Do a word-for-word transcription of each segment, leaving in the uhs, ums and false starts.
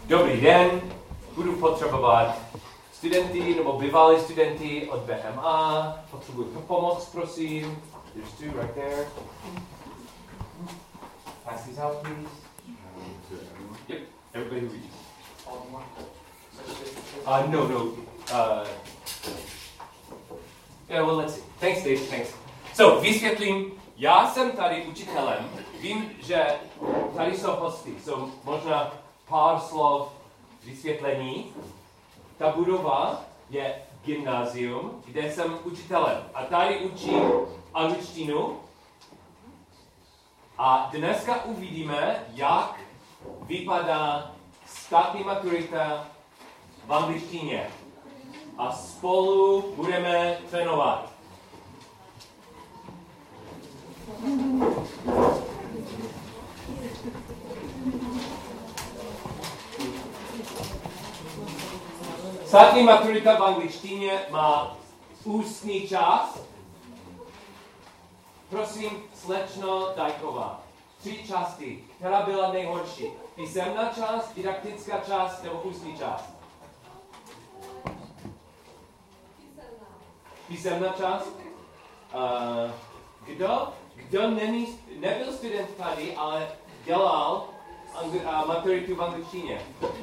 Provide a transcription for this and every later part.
Dobrý den, budu potřebovat studenty nebo bývalí studenty od B M A. Potřebuji pomoc, prosím. There's two right there. Pass these out, please. Yep, everybody who reads. Uh, no, no. Uh, yeah, well, let's see. Thanks, Dave, thanks. So, vysvětlím. Já jsem tady učitelem. Vím, že tady jsou hosty. So, možná pár slov vysvětlení. Ta budova je gymnázium, kde jsem učitelem. A tady učím angličtinu. A dneska uvidíme, jak vypadá státní maturita v angličtině. A spolu budeme trénovat. Státní maturita v angličtině má ústní část. Prosím, slečno Dajková. Tři části, která byla nejhorší. Písemná část, didaktická část nebo ústní část? Písemná část? Uh, kdo, kdo není, nebyl student tady, ale dělal angli, uh, maturitu v angličtině?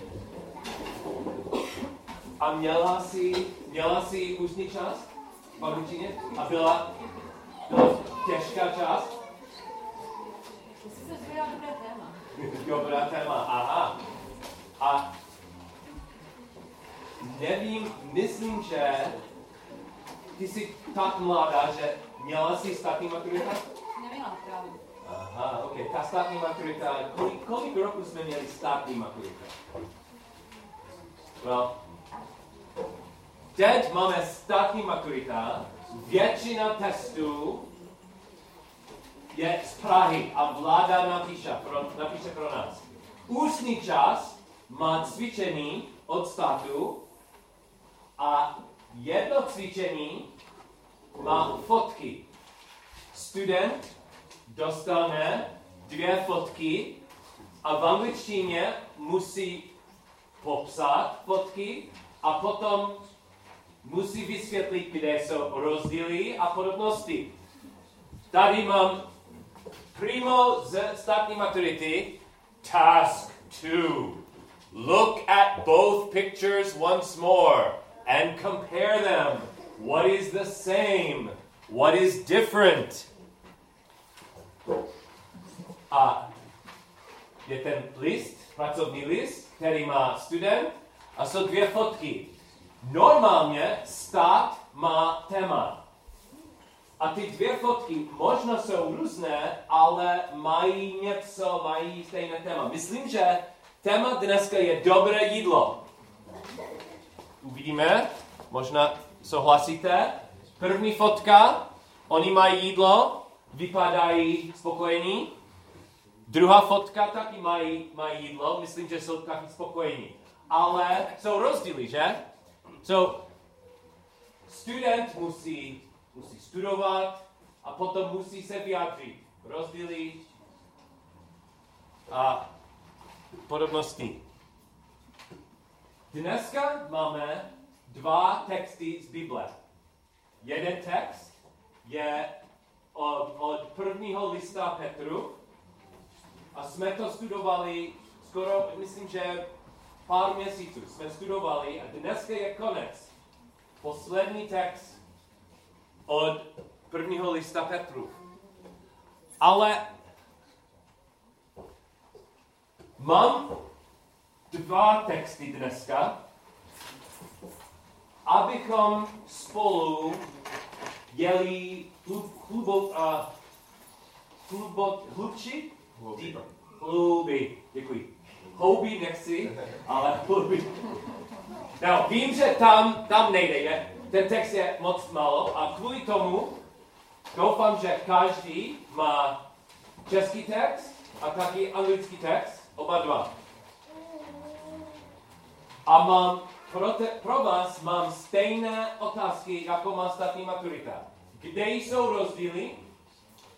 A měla si, měla si ústní část v angličtině? A byla, byla těžká část? Jsi se zvěděla dobré téma. Dobrá téma, aha. A nevím, myslím, že ty jsi tak mladá, že měla jsi státní maturita? Neměla právě. Aha, ok. Ta státní maturita, kolik, kolik roku jsme měli státní maturita? Well, teď máme státní maturita, většina testů je z Prahy a vláda napíše pro, napíše pro nás. Ústní část má cvičení od státu a jedno cvičení má fotky. Student dostane dvě fotky a v angličtině musí popsat fotky a potom musí vysvětlit, kde jsou rozdíly a podobnosti. Tady mám primo z státní maturity, task two. Look at both pictures once more and compare them. What is the same? What is different? A je ten list, pracovní list, který má student a jsou dvě fotky. Normálně stát má téma. A ty dvě fotky možná jsou různé, ale mají něco, mají stejné téma. Myslím, že téma dneska je dobré jídlo. Uvidíme, možná souhlasíte. První fotka, oni mají jídlo, vypadají spokojení. Druhá fotka taky mají, mají jídlo, myslím, že jsou taky spokojení. Ale jsou rozdíly, že? So, student musí, musí studovat a potom musí se vyjádřit. Rozdíly a podobnosti. Dneska máme dva texty z Bible. Jeden text je od, od prvního lista Petru a jsme to studovali skoro, myslím, že pár měsíců jsme studovali a dneska je konec. Poslední text od prvního lista Petru. Ale mám dva texty dneska, abychom spolu jeli hlubok a hlubok, hlubší? Hlouby. Děkuji. Houby nechci, ale hlouby. No, vím, že tam, tam nejde, je. Ten text je moc málo a kvůli tomu doufám, že každý má český text a taky anglický text, oba dva. A mám pro, te, pro vás mám stejné otázky, jako má státní maturita. Kde jsou rozdíly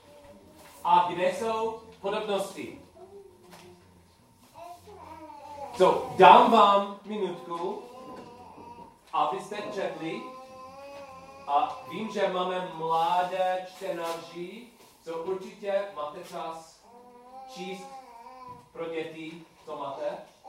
a kde jsou podobnosti? So, dám vám minutku, abyste četli. A vím, že máme mladé čtenáři, co určitě máte čas číst pro děti, co máte.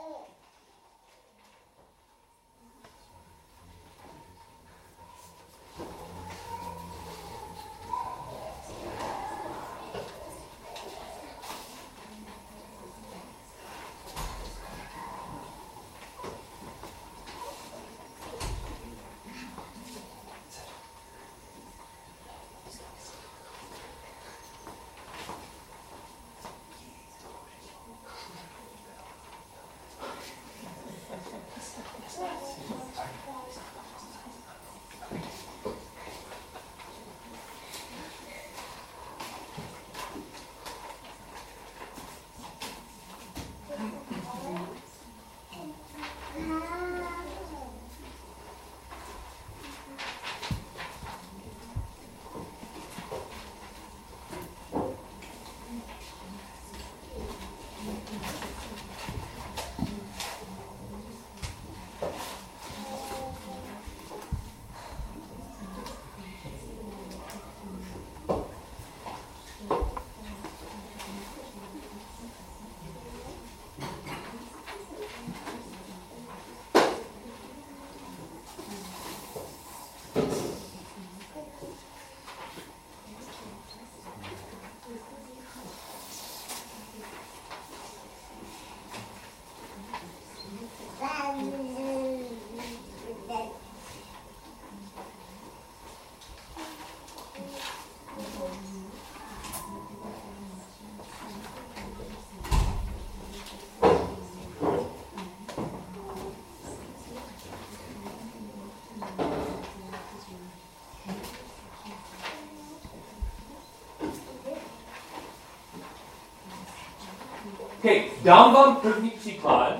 Okay, dám vám první příklad.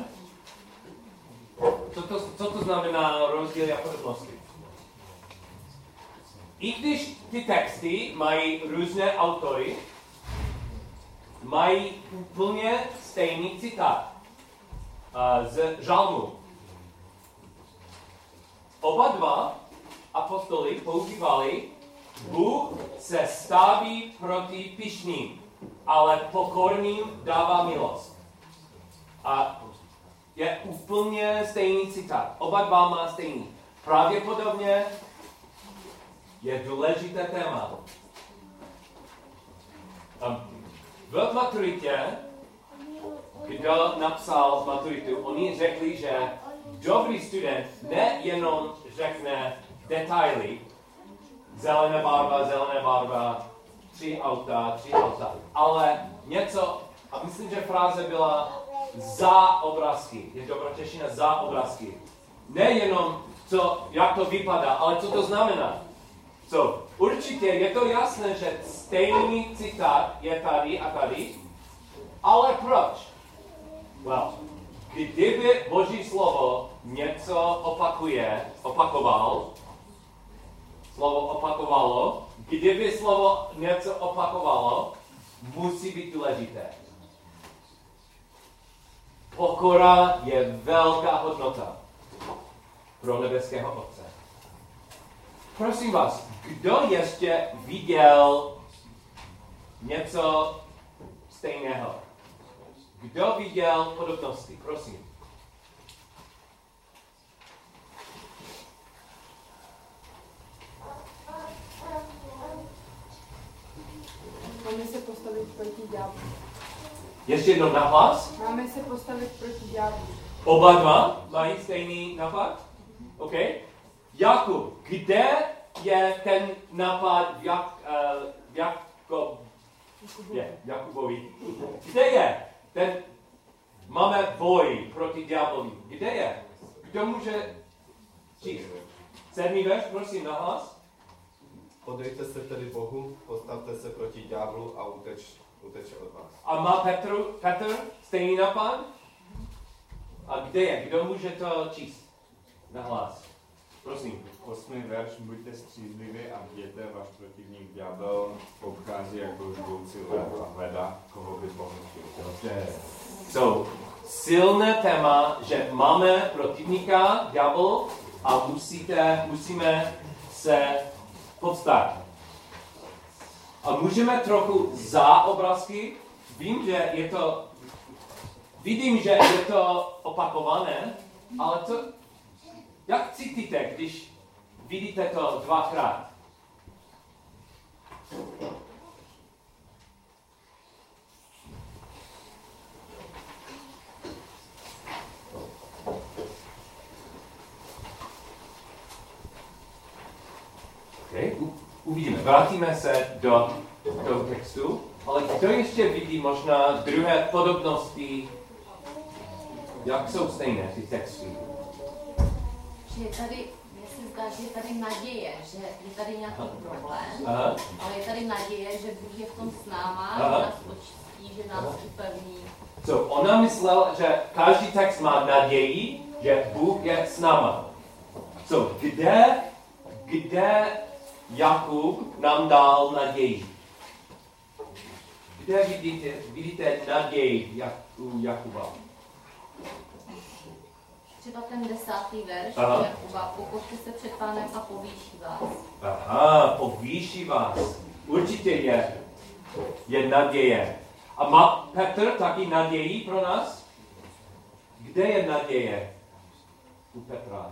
Co to, co to znamená rozdíly a podobnosti? I když ty texty mají různé autory, mají úplně stejný citát uh, z žalmu. Oba dva apostoly používali: Bůh se staví proti pyšným, ale pokorným dává milost. A je úplně stejný citát. Oba dva má stejný. Pravděpodobně je důležité téma. V maturitě, kdo napsal maturitu, oni řekli, že dobrý student nejenom řekne detaily, zelená barva, zelená barva, tři auta, tři auta, ale něco, a myslím, že fráze byla za obrázky, je dobročeština za obrázky. Nejenom, co, jak to vypadá, ale co to znamená. So, určitě je to jasné, že stejný citát je tady a tady, ale proč? Well, kdyby Boží slovo něco opakuje, opakoval, slovo opakovalo, kdyby slovo něco opakovalo, musí být důležité. Pokora je velká hodnota pro nebeského Otce. Prosím vás, kdo ještě viděl něco stejného? Kdo viděl podobnosti? Prosím. Máme se postavit proti ďáblu. Ještě jednou nahlas. Máme se postavit proti ďáblu. Oba dva mají stejný nápad? OK. Jakub, kde je ten nápad v Jak, uh, Jakob, je, Jakubovi? Kde je ten, máme boj proti ďáblovi? Kde je? Kdo může číst? Sedmý verš, prosím, nahlas. Podejte se tedy Bohu, postavte se proti ďáblu a uteč, uteče od vás. A má Petr, Petr stejný nápad? A kde je? Kdo může to číst? Nahlas. Prosím. Osmý verš, buďte střízliví a bděte, váš protivník ďábel obchází jako žvoucí lev a hledá, koho by mohl chytit. So, silné téma, že máme protivníka, ďábel, a musíte, musíme se povstat. A můžeme trochu za obrázky. Vím, že je to, vidím, že je to opakované, ale to, jak cítíte, když vidíte to dvakrát? Okay. U, uvidíme. Vrátíme se do toho textu, ale kdo ještě vidí možná druhé podobnosti, jak jsou stejné ty texty? Že je tady, mně se zdá, že je tady naděje, že je tady nějaký problém, Aha. ale je tady naděje, že Bůh je v tom s náma, Aha. že nás očistí, že nás upevní. So, ona myslela, že každý text má naději, že Bůh je s náma. So, kde, kde Jakub nám dal naději? Kde vidíte, vidíte naději jak, u Jakuba? Třeba ten desátý verš Aha. Jakuba, pokořte se před Pánem a povýší vás. Aha, povýší vás. Určitě je, je naděje. A má Petr taky naději pro nás? Kde je naděje u Petra?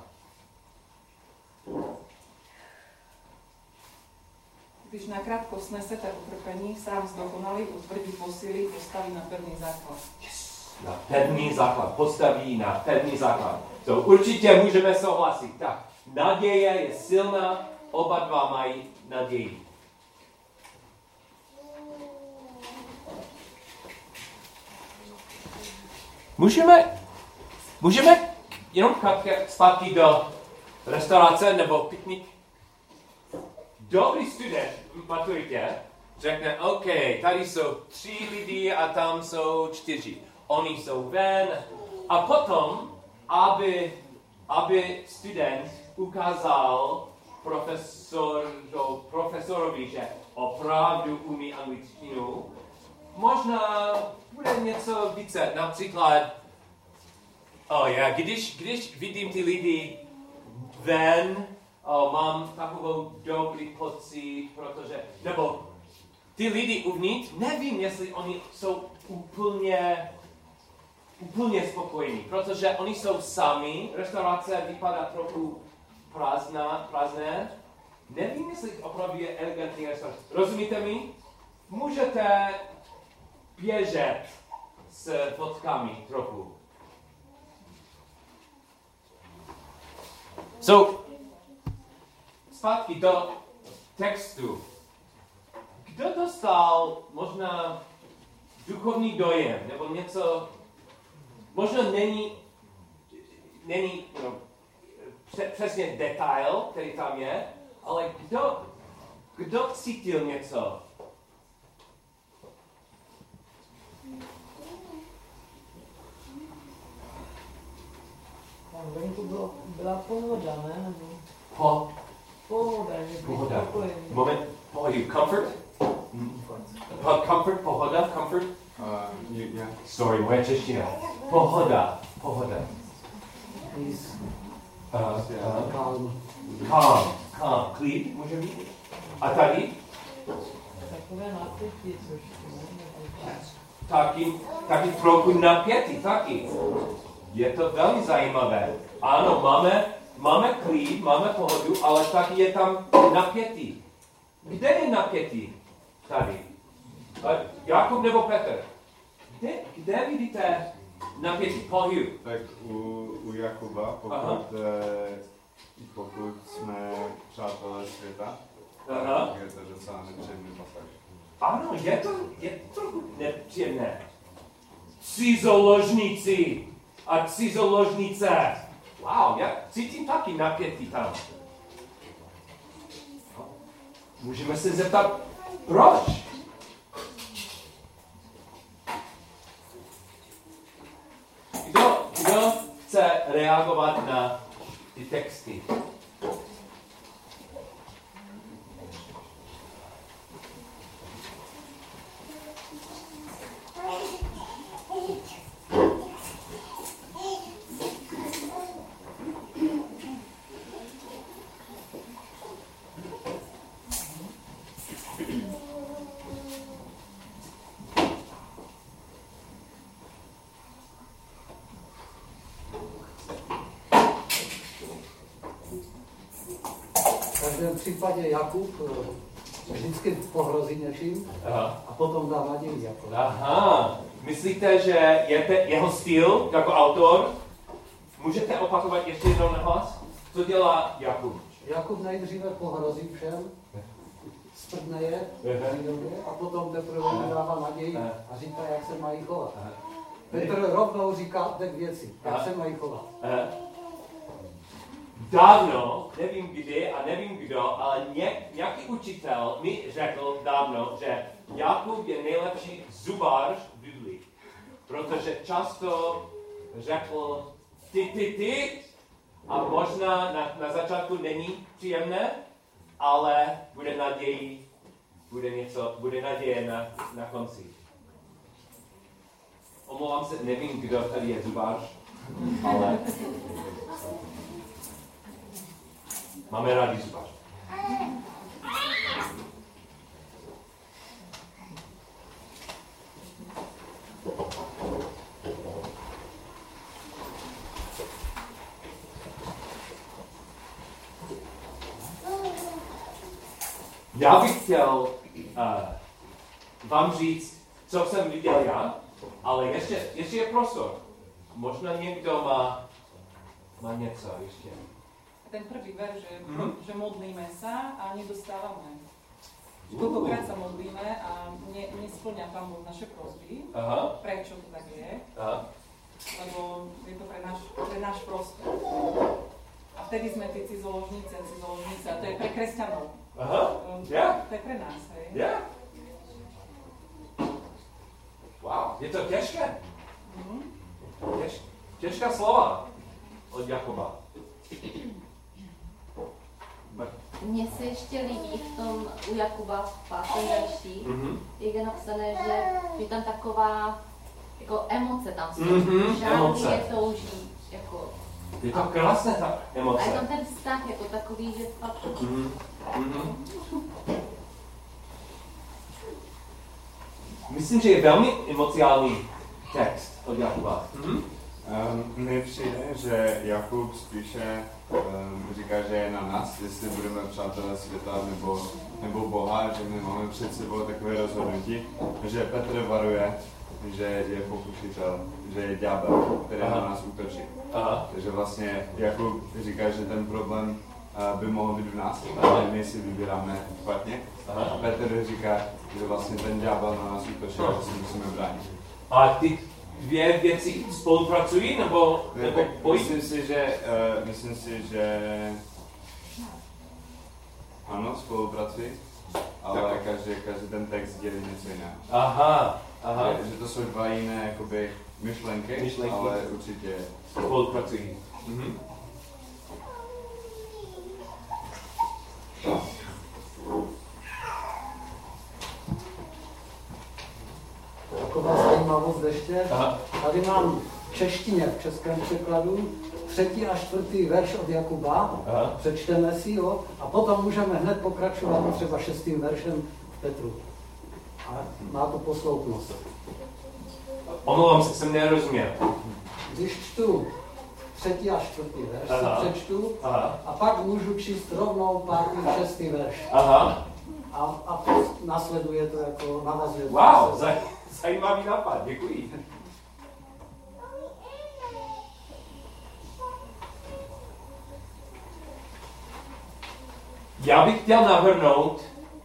Když nakrátko snesete utrpení, sám zdokonalý, utvrdí, posílí, postaví na pevný základ. Yes. Na pevný základ. Postaví na pevný základ. To určitě můžeme souhlasit. Tak, naděje je silná, oba dva mají naději. Můžeme, můžeme jenom zpátky do restaurace nebo piknik. Dobrý student v maturitě řekne, OK, tady jsou tři lidi a tam jsou čtyři. Oni jsou ven. A potom, aby, aby student ukázal profesor, profesorovi, že opravdu umí angličtinu, možná bude něco více. Například, oh yeah, když, když vidím ty lidi ven, oh, mám takovou dobrý pocit, protože, nebo ty lidi uvnitř, nevím, jestli oni jsou úplně, úplně spokojení, protože oni jsou sami, restaurace vypadá trochu prázdná, prázdné. Nevím, jestli opravdu je elegantní restaurace. Rozumíte mi? Můžete běžet s fotkami trochu. So, zpátky do textu. Kdo dostal možná duchovní dojem, nebo něco, možná není, není no, přesně detail, který tam je, ale kdo, kdo cítil něco? Tam venku bylo, byla pohoda, ne? Nebo... Po, Pohoda, že pohoda. spokojený. Moment, pohoda, comfort? Po, comfort, pohoda, comfort? Uh, yeah. Sorry, moje čeština. Pohoda, pohoda. Peace. Uh, uh, Calm. calm, calm, klid, může být? A tady? Takové napětí trošku, ne? Taky, taky trochu napětí, taky. Je to velmi zajímavé. Ano, máme, máme klid, máme pohodu, ale taky je tam napětí. Kde je napětí? Tady. A Jakub nebo Petr? Kde, kde vidíte napětí, pohyb? Tak u, u Jakuba, pokud, eh, pokud jsme přátelé světa, Aha. tak je to docela nepříjemný pasáž. Ano, je to, je to trochu nepříjemné. Cizoložníci a cizoložnice. Wow, já cítím taky napětí tam. Můžeme se zeptat, proč? Kdo, kdo chce reagovat na ty texty? každém případě Jakub eh, vždycky pohrozí něčím Aha. a potom dá naději. Jako. Aha. Myslíte, že je te, jeho styl jako autor? Můžete opakovat ještě jednou na hlas? Co dělá Jakub? Jakub nejdříve pohrozí všem, sprdne je, a potom teprve dává naději a říká, jak se mají chovat. Petr rovnou říká teď věci, jak se mají chovat. Dávno, nevím kdy a nevím kdo, ale ně, nějaký učitel mi řekl dávno, že Jakub je nejlepší zubář v Biblii. Protože často řekl ty, ty, ty a možná na, na začátku není příjemné, ale bude naději, bude něco, bude naděje na, na konci. Omlouvám se, nevím, kdo tady je zubář, ale máme rádi zubář. Já bych chtěl uh, vám říct, co jsem viděl já, ale ještě, ještě je prostor. Možná někdo má, má něco ještě. Ten prvý ver, že, Mm-hmm. že modlíme sa a nedostávame. Koľkokrát sa modlíme a ne, nesplňa Pán Boh naše prosby. Aha. Prečo to tak je? Aha. Lebo je to pre náš, pre náš prostor. A vtedy sme tí cizoložníci a cizoložníci. A to je pre kresťanov. Aha. Um, Yeah. To je pre nás, hej? Yeah. Wow, je to těžké. Mm-hmm. Těž, těžká slova od Jakoba. Mně se ještě líbí v tom u Jakuba v pátém verši, Mm-hmm. jak je napsané, že je tam taková jako emoce tam jsou. Mhm, Žádný emoce. je touží. Jako, Je to krásné ta a je emoce. tam ten vztah jako takový, že fakt Mm-hmm. Mm-hmm. Myslím, že je velmi emocionální text od Jakuba. Mm-hmm. Um, mně přijde, že Jakub spíše um, říká, že je na nás, jestli budeme přátelé světa nebo, nebo Boha, že my máme před sebou takové rozhodnutí, že Petr varuje, že je pokušitel, že je ďábel, který Aha. na nás útočí. Aha. Takže vlastně Jakub říká, že ten problém uh, by mohl být v nás, Aha. ale my si vybíráme špatně. Aha. A Petr říká, že vlastně ten ďábel na nás útočí a že si musíme bránit. A ty dvě věci spolupracují nebo, Ne, nebo tak bojí? myslím si, že, uh, myslím si, že ano, spolupracují, ale Tak. každý, každý ten text dělí něco jiného. Aha, aha. Že, že to jsou dva jiné jakoby, myšlenky, Myšlenky. ale určitě Spolupracují. Mhm. Taková zajímavost ještě. Aha. Tady mám v češtině, v českém překladu, třetí a čtvrtý verš od Jakuba. Aha. Přečteme si ho a potom můžeme hned pokračovat třeba šestým veršem v Petru. A má to posloupnost. Omlouvám se, jsem nerozuměl. Když čtu třetí a čtvrtý verš, Aha. si přečtu Aha. a pak můžu číst rovnou pátý, šestý verš. Aha. A, a to nasleduje to jako navazuje. to Wow, se- zaj, zajímavý nápad, děkuji. Já bych chtěl navrhnout,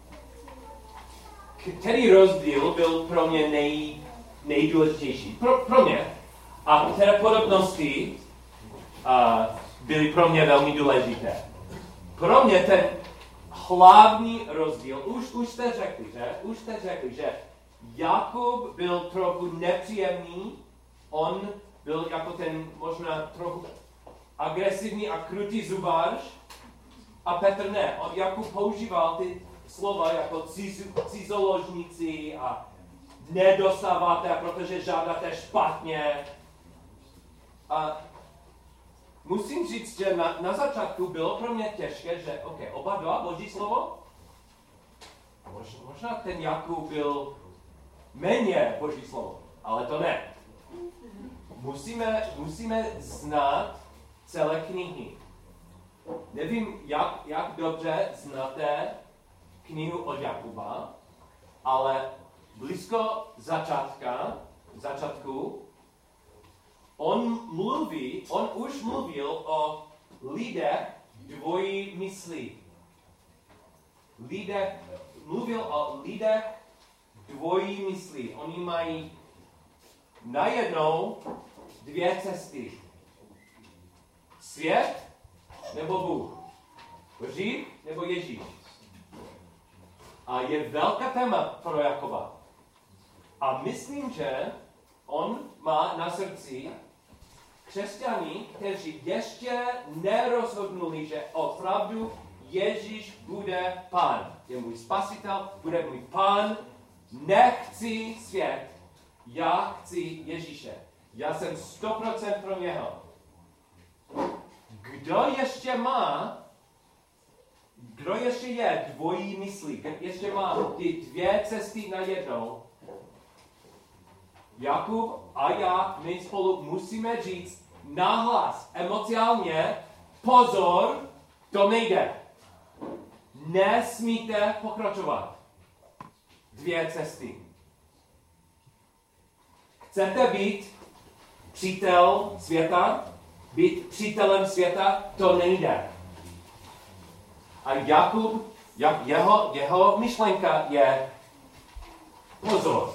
který rozdíl byl pro mě nej, nejdůležitější. Pro, pro mě. A které podobnosti uh, byly pro mě velmi důležité. Pro mě ten hlavní rozdíl, už, už jste řekli, že? Už jste řekli, že Jakub byl trochu nepříjemný, on byl jako ten možná trochu agresivní a krutý zubář, a Petr ne. On Jakub používal ty slova jako ciz, cizoložníci a nedostáváte, protože žádáte špatně. A musím říct, že na, na začátku bylo pro mě těžké, že ok, oba dva boží slovo. Mož, možná ten Jakub byl méně boží slovo, ale to ne. Musíme, musíme znát celé knihy. nevím, jak, jak dobře znáte knihu od Jakuba, ale blízko začátka, začátku, on mluví, on už mluvil o lidech dvojí myslí. Lidech, mluvil o lidech dvojí myslí. Oni mají najednou dvě cesty. Svět nebo Bůh. Žid nebo Ježíš. A je velké téma pro Jakoba. A myslím, že on má na srdci křesťany, kteří ještě nerozhodnuli, že opravdu Ježíš bude pán. Je můj spasitel, bude můj pán. Nechci svět, já chci Ježíše. Já jsem sto procent pro něho. Kdo ještě má, kdo ještě je dvojí myslí, ještě má ty dvě cesty najednou, Jakub a já, my spolu musíme říct nahlas, emocionálně, pozor, to nejde. Nesmíte pokračovat. Dvě cesty. Chcete být přítel světa? Být přítelem světa? To nejde. A Jakub, jak jeho, jeho myšlenka je pozor.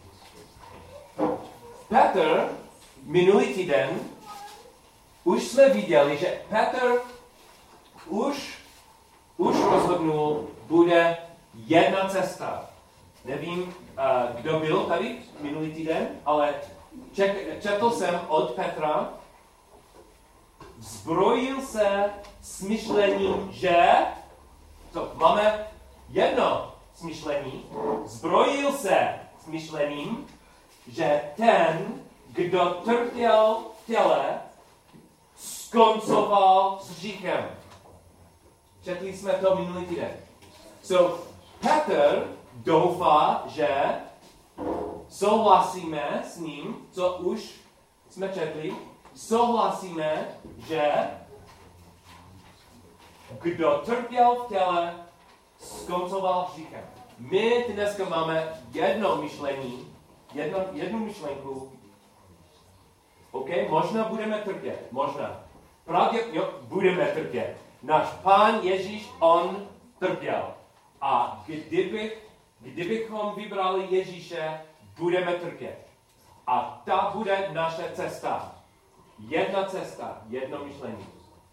Petr, minulý týden, už jsme viděli, že Petr už, už rozhodnul, bude jedna cesta. Nevím, uh, kdo byl tady minulý týden, ale ček, četl jsem od Petra, zbrojil se s myšlením, že, to máme jedno smyšlení, zbrojil se s myšlením, že ten, kdo trpěl v těle, skoncoval s hříchem. Četli jsme to minulý týden. So, Petr doufá, že souhlasíme s ním, co už jsme četli, souhlasíme, že kdo trpěl v těle, skoncoval hříchem. My dneska máme jedno myšlení, jedno, jednu myšlenku. OK, možná budeme trpět, možná. Pravdě, jo, budeme trpět. Náš Pán Ježíš, on trpěl. A kdybych, kdybychom vybrali Ježíše, budeme trpět. A ta bude naše cesta. Jedna cesta, jedno myšlení.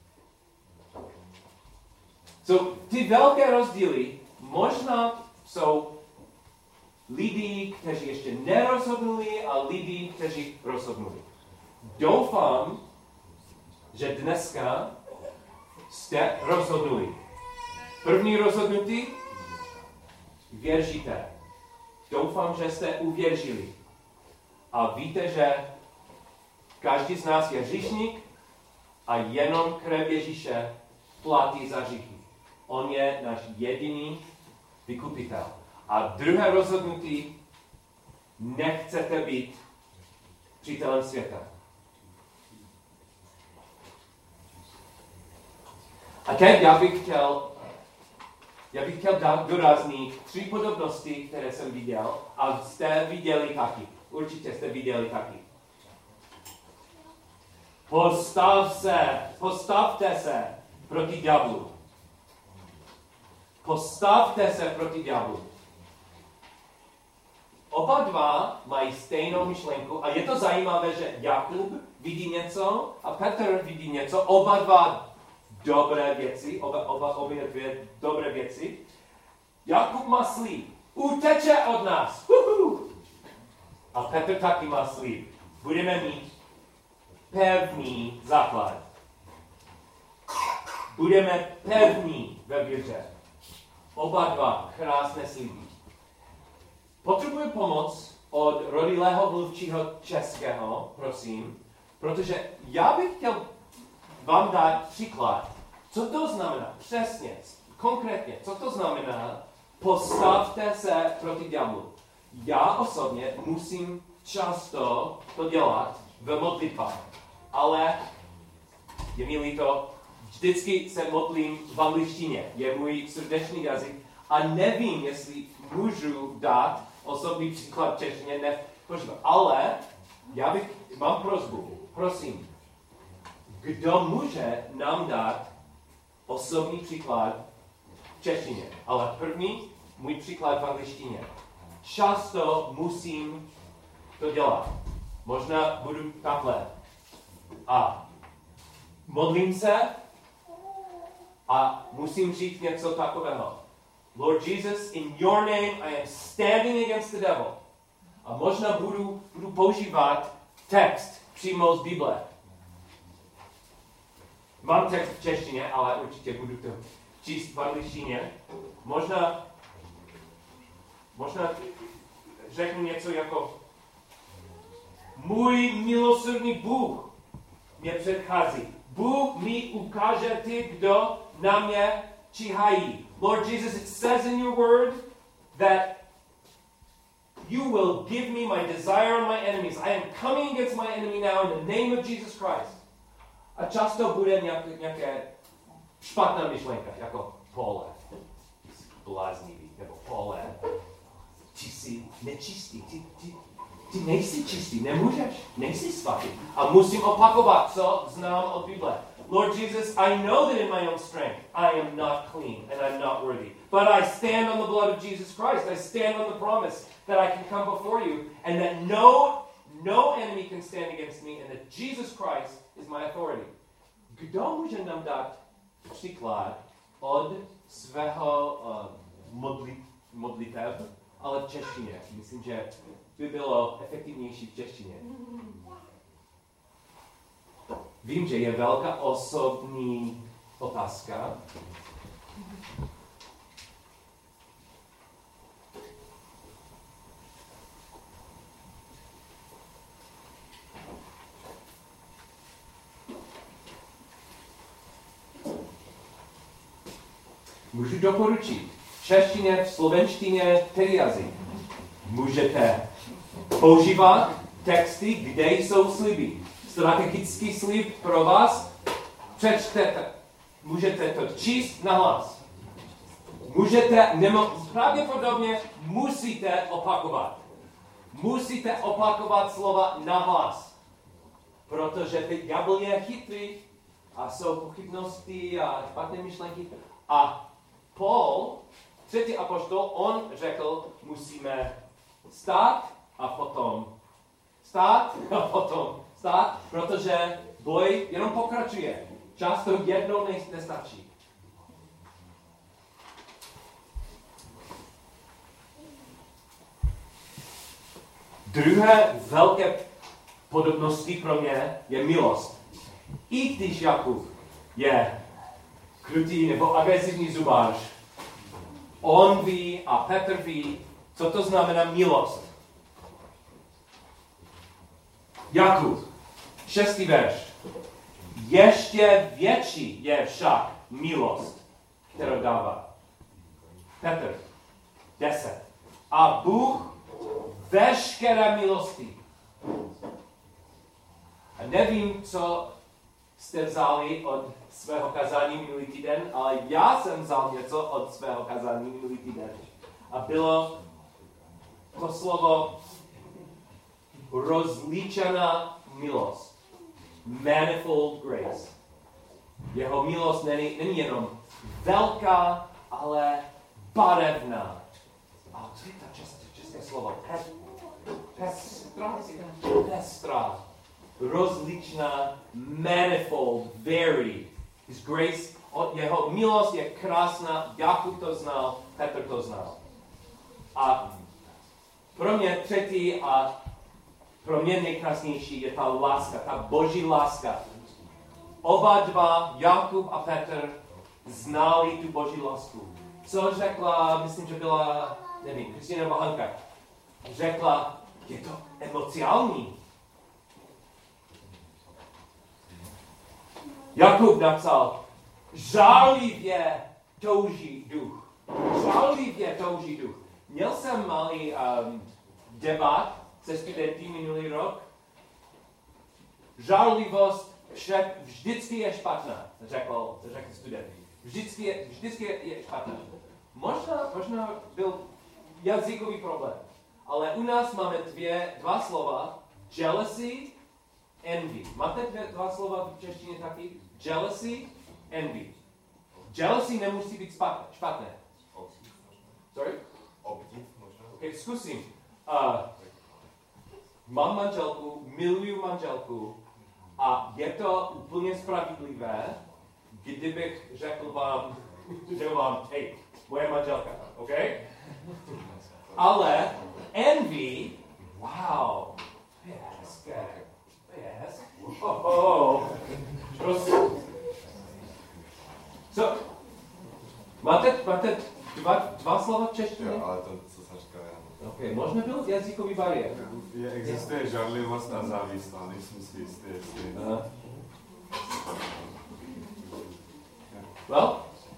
So, ty velké rozdíly možná jsou lidi, kteří ještě nerozhodnuli a lidi, kteří rozhodnuli. Doufám, že dneska jste rozhodnuli. První rozhodnutí, věříte. Doufám, že jste uvěřili. A víte, že každý z nás je hříšník a jenom krev Ježíše platí za hříchy. On je náš jediný vykupitel. A druhé rozhodnutí, nechcete být přítelem světa. A teď já bych chtěl, já bych chtěl dát doraznit tři podobnosti, které jsem viděl a jste viděli taky. Určitě jste viděli taky. Postav se, postavte se proti ďáblu. Postavte se proti ďáblu. Oba dva mají stejnou myšlenku a je to zajímavé, že Jakub vidí něco a Petr vidí něco, oba dva dobré věci, oba, oba, obě dvě dobré věci. Jakub má slib, uteče od nás. Uhu. A Petr taky má slib. Budeme mít pevný základ. Budeme pevní ve víře. Oba dva krásné sliby. Potřebuji pomoc od rodilého mluvčího českého, prosím, protože já bych chtěl vám dát příklad, co to znamená přesně, konkrétně, co to znamená postavte se proti ďáblu. Já osobně musím často to dělat v modlitbách, ale je mi líto, vždycky se modlím v angličtině, je můj srdeční jazyk a nevím, jestli můžu dát osobní příklad v češtině, ne, počkej, ale já bych, mám prosbu, prosím, kdo může nám dát osobní příklad v češtině, ale první, můj příklad v angličtině. Často musím to dělat. Možná budu takhle. A modlím se a musím říct něco takového. Lord Jesus, in your name I am standing against the devil. A možná budu, budu používat text přímo z Bible. Mám text v češtině, ale určitě budu to číst v angličtině. Možná, možná řeknu něco jako můj milosrdný Bůh mě předchází. Bůh mi ukáže ty, kdo na mě číhají. Lord Jesus, it says in your word that you will give me my desire on my enemies. I am coming against my enemy now in the name of Jesus Christ. A často bude nějaké, nějaké špatná myšlenka, jako pole. Bláznivý, nebo pole. Ty jsi nečistý, ty, ty, ty nejsi čistý, nemůžeš, nejsi svatý. A musím opakovat, co znám od Bible. Lord Jesus, I know that in my own strength I am not clean and I'm not worthy. But I stand on the blood of Jesus Christ. I stand on the promise that I can come before you and that no, no enemy can stand against me and that Jesus Christ is my authority. Kdo může nám dát příklad od svého uh, modli, modlitev, ale v češtině? Myslím, že by bylo efektivnější v češtině. Vím, že je velká osobní otázka. Můžu doporučit. V češtině, v slovenštině, který jazyk. Můžete používat texty, kde jsou sliby. Strategický slib pro vás. Přečtete. Můžete to číst nahlas. Můžete, nemo, pravděpodobně musíte opakovat. Musíte opakovat slova nahlas. Protože ten ďábel je chytrý a jsou pochybnosti a špatné myšlenky. A Paul, třetí apoštol, on řekl, musíme stát a potom stát a potom stát, protože boj jenom pokračuje. Často jednou nestačí. Druhé velké podobnosti pro mě je milost. I když Jakub je krutý nebo agresivní zubář, on ví a Petr ví, co to znamená milost. Jakub, šestý verš. Ještě větší je však milost, kterou dává. Petr, deset. A Bůh veškeré milosti. A nevím, co jste vzali od svého kazání minulý týden, ale já jsem vzal něco od svého kazání minulý týden. A bylo to slovo rozlíčená milost. Manifold grace. Jeho milost není, není jenom velká, ale barevná. A co je to české, české slovo? Pet, pestrá. Pestrá. Rozličná, manifold, varied. His grace, jeho milost je krásná, Jakub to znal, Petr to znal. A pro mě třetí a pro mě nejkrásnější je ta láska, ta boží láska. Oba dva, Jakub a Petr, znali tu boží lásku. Co řekla, myslím, že byla, nevím, Kristina Bahanka, řekla, je to emocionální. Jakub napsal, žálivě touží duch. Žálivě touží duch. Měl jsem malý um, debat se studenty minulý rok. Žárlivost Však vždycky je špatná, řekl, řekl student. Vždycky je, vždycky je špatná. Možná, možná byl jazykový problém, ale u nás máme dvě, dva slova, jealousy, envy. Máte dvě, dva slova v češtině taky? Jealousy, envy. Jealousy nemusí být špatné. Sorry? Obdiv možná. Okay, zkusím. Uh, mám manželku, miluju manželku a je to úplně spravedlivé, kdybych řekl vám, řekl vám, hej, moje manželka, OK? Ale envy, wow, to je hezké, to je hezké. Oh, oh. Prosím. So, máte, máte dva, dva slova v češtině? Jo, ale to, co jsem říkal, já. OK, možná byl jazykový bariér. Je, existuje žárlivost a závist, ale nejsem si jistý, jestli... Aha. Well,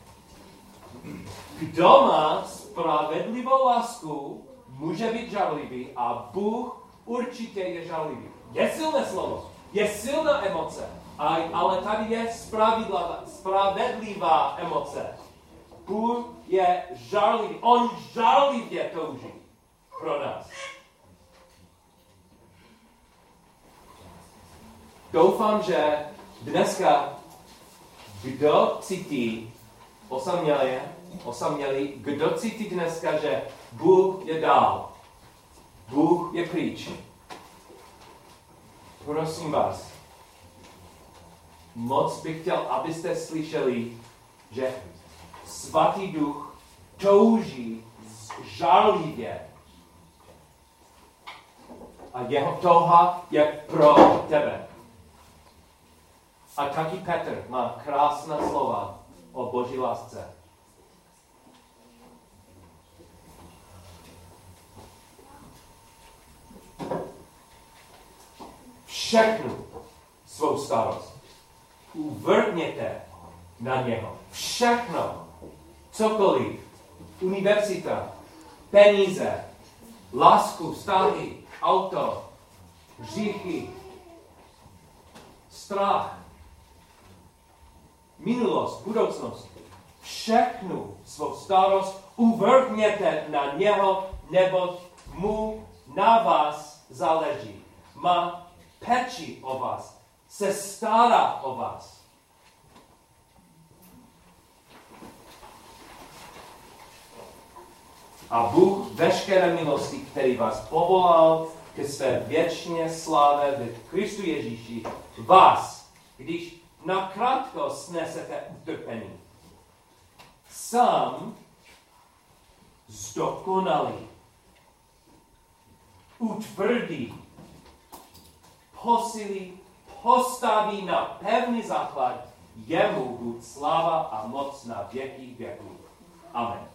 kdo má spravedlivou lásku, může být žárlivý a Bůh určitě je žárlivý. Je silné slovo, je silná emoce, ale tady je spravedlivá, spravedlivá emoce. Bůh je žárlivý, on žárlivě touží pro nás. Doufám, že dneska kdo cítí osamělý, osamělý, kdo cítí dneska, že Bůh je dál, Bůh je pryč. Prosím vás, moc bych chtěl, abyste slyšeli, že Svatý Duch touží žárlivě. A jeho touha je pro tebe. A taky Petr má krásná slova o Boží lásce. Všechnu svou starost uvrhněte na něho. Všechno, cokoliv, univerzita, peníze, lásku, vztahy, auto, hříchy, strach, minulost, budoucnost, všechnu svou starost uvrhněte na něho, neboť mu na vás záleží. Má péči o vás, se stará o vás. A Bůh veškeré milosti, který vás povolal ke své věčné slávě v Kristu Ježíši, vás, když nakrátko snesete utrpení, sám zdokonalí, utvrdí, posílí, postaví na pevný základ, jemu buď sláva a moc na věky věků. Amen.